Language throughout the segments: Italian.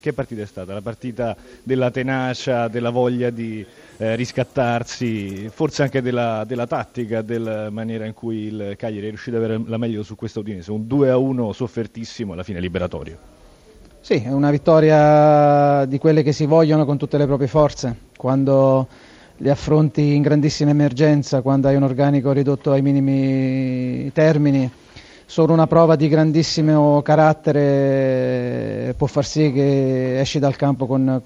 Che partita è stata? La partita della tenacia, della voglia di riscattarsi, forse anche della tattica, della maniera in cui il Cagliari è riuscito ad avere la meglio su questa Udinese. Un 2-1 soffertissimo, alla fine liberatorio. Sì, è una vittoria di quelle che si vogliono con tutte le proprie forze. Quando li affronti in grandissima emergenza, quando hai un organico ridotto ai minimi termini, solo una prova di grandissimo carattere può far sì che esci dal campo con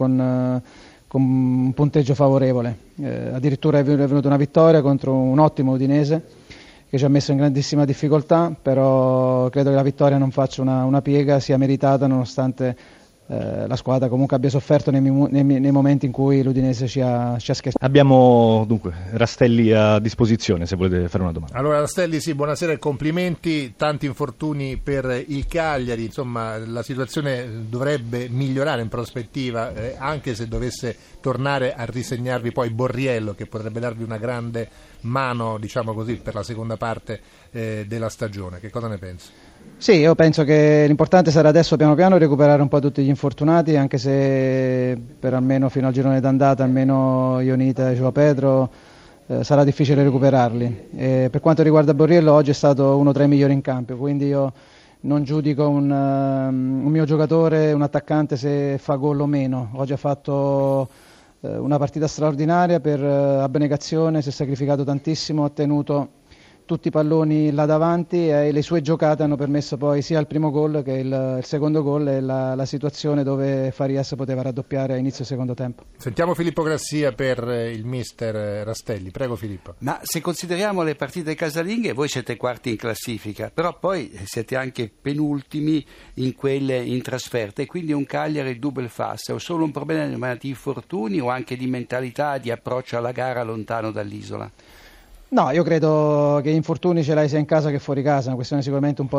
un punteggio favorevole. Addirittura è venuta una vittoria contro un ottimo Udinese che ci ha messo in grandissima difficoltà, però credo che la vittoria non faccia una piega, sia meritata nonostante la squadra comunque abbia sofferto nei momenti in cui l'Udinese ci ha scherzato. Abbiamo dunque Rastelli a disposizione se volete fare una domanda. Allora Rastelli, sì, buonasera e complimenti, tanti infortuni per il Cagliari, insomma la situazione dovrebbe migliorare in prospettiva, anche se dovesse tornare a risegnarvi poi Borriello, che potrebbe darvi una grande mano, diciamo così, per la seconda parte della stagione. Che cosa ne pensi? Sì, io penso che l'importante sarà adesso piano piano recuperare un po' tutti gli infortunati, anche se per almeno fino al girone d'andata, almeno Ionita e Joao Pedro, sarà difficile recuperarli. Per quanto riguarda Borriello, oggi è stato uno tra i migliori in campo, quindi io non giudico un mio giocatore, un attaccante, se fa gol o meno. Oggi ha fatto una partita straordinaria per abnegazione, si è sacrificato tantissimo, ha tenuto tutti i palloni là davanti e le sue giocate hanno permesso poi sia il primo gol che il secondo gol e la situazione dove Farias poteva raddoppiare a inizio secondo tempo. Sentiamo Filippo Grassia per il mister Rastelli. Prego Filippo. Ma se consideriamo le partite casalinghe, voi siete quarti in classifica, però poi siete anche penultimi in quelle in trasferta e quindi un Cagliari double face. È solo un problema di infortuni o anche di mentalità, di approccio alla gara lontano dall'isola? No, io credo che infortuni ce l'hai sia in casa che fuori casa, è una questione sicuramente un po'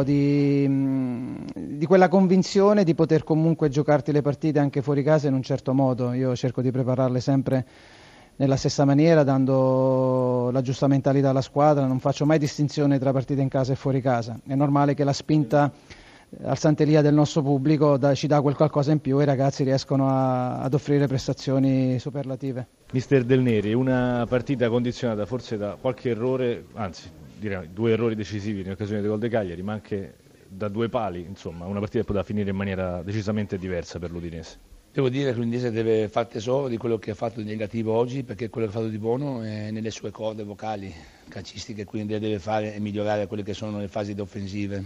di quella convinzione di poter comunque giocarti le partite anche fuori casa in un certo modo. Io cerco di prepararle sempre nella stessa maniera, dando la giusta mentalità alla squadra, non faccio mai distinzione tra partite in casa e fuori casa. È normale che la spinta al Santelia del nostro pubblico ci dà qualcosa in più e i ragazzi riescono ad offrire prestazioni superlative. Mister Del Neri, una partita condizionata forse da qualche errore, anzi direi 2 errori decisivi in occasione del gol dei Cagliari, ma anche da 2 pali, insomma una partita che poteva finire in maniera decisamente diversa per l'Udinese. Devo dire che l'Udinese deve fare tesoro di quello che ha fatto di negativo oggi, perché quello che ha fatto di buono è nelle sue corde vocali, calcistiche, quindi deve fare e migliorare quelle che sono le fasi offensive.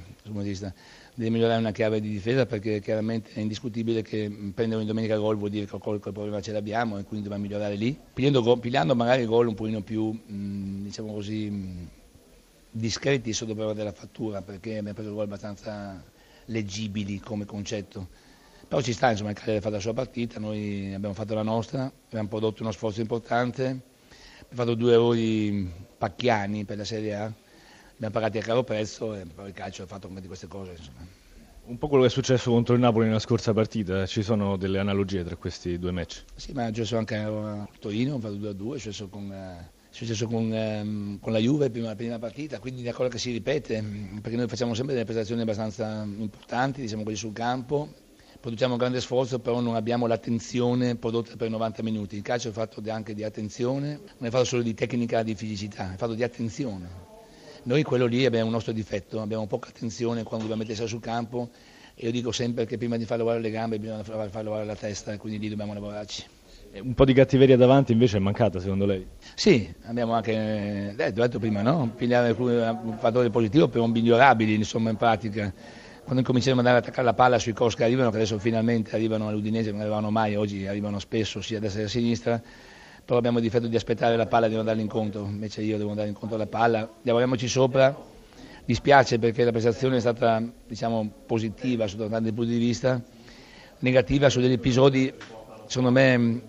Deve migliorare una chiave di difesa, perché chiaramente è indiscutibile che prendere in domenica gol vuol dire che quel problema ce l'abbiamo e quindi dobbiamo migliorare lì. Pigliando magari gol un pochino più, diciamo così, discreti sotto prova della fattura, perché abbiamo preso gol abbastanza leggibili come concetto. Però ci sta, insomma, il Cagliari ha fatto la sua partita, noi abbiamo fatto la nostra, abbiamo prodotto uno sforzo importante, abbiamo fatto 2 errori pacchiani per la Serie A, abbiamo pagati a caro prezzo e poi il calcio ha fatto come di queste cose, insomma. Un po' quello che è successo contro il Napoli nella scorsa partita, ci sono delle analogie tra questi 2 match? Sì, ma è successo anche a Torino, ha fatto 2-2, è successo con la Juve la prima partita, quindi è una cosa che si ripete, perché noi facciamo sempre delle prestazioni abbastanza importanti, diciamo quelli sul campo, produciamo un grande sforzo, però non abbiamo l'attenzione prodotta per 90 minuti. Il calcio è fatto anche di attenzione, non è fatto solo di tecnica, di fisicità, è fatto di attenzione. Noi quello lì abbiamo un nostro difetto, abbiamo poca attenzione quando dobbiamo mettersi sul campo e io dico sempre che prima di far lavorare le gambe bisogna far lavorare la testa e quindi lì dobbiamo lavorarci. Un po' di cattiveria davanti invece è mancata secondo lei? Sì, abbiamo anche, l'ho detto prima, no? Pigliare un fattore positivo per un migliorabili, insomma, in pratica. Quando cominciamo ad andare ad attaccare la palla sui cross che arrivano, che adesso finalmente arrivano all'Udinese, non arrivavano mai, oggi arrivano spesso sia a destra che a sinistra, però abbiamo il difetto di aspettare la palla e di non darle incontro, invece io devo andare incontro alla palla, lavoriamoci sopra, dispiace perché la prestazione è stata, diciamo, positiva sotto tanti punti di vista, negativa su degli episodi, secondo me,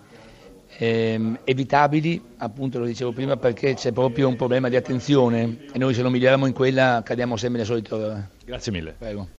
evitabili, appunto lo dicevo prima, perché c'è proprio un problema di attenzione e noi se non miglioriamo in quella cadiamo sempre nel solito. Grazie mille. Prego.